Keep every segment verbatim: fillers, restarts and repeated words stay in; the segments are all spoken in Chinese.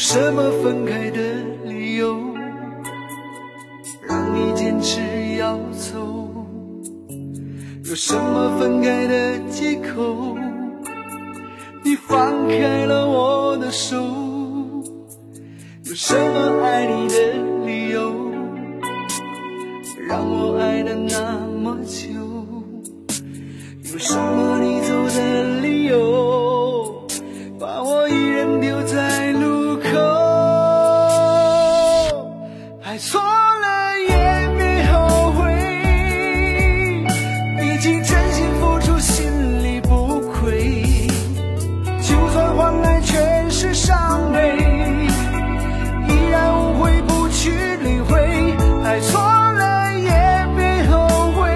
什么分开的理由，让你坚持要走？有什么分开的借口，你放开了我的手？有什么爱你的理由，让我爱的那么久？有什么你走的理由，把我一人丢在路口？爱错了也别后悔，毕竟真心付出心里不亏，就算换来全是伤悲，依然无悔不去理会。爱错了也别后悔，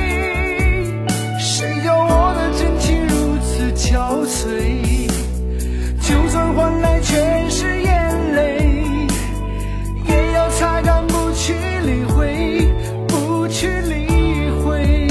谁叫我的真情如此憔悴，就算换来全是眼泪，也要擦干不去理会，不去理会。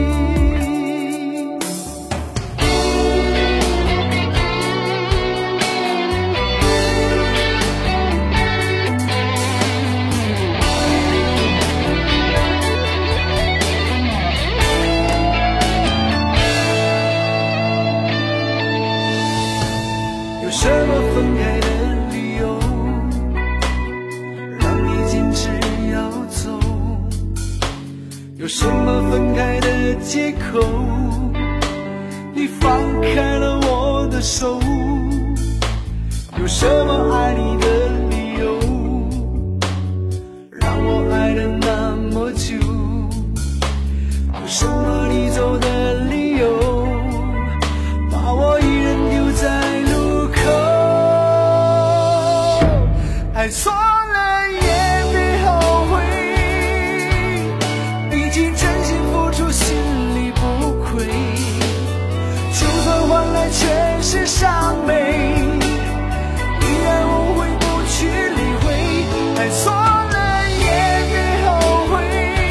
有什么分开的理由，让你坚持要走？有什么分开的借口，你放开了我的手？有什么爱你的理由，让我爱的那么久？有什么你走的理由，把我一人丢在路口？爱错了也别后悔，毕竟真心付出心里不亏，就算换来全是伤悲，依然无悔不去理会。爱错了也别后悔，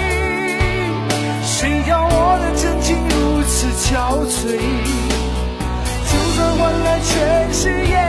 谁叫我的真情如此憔悴，就算换来全是眼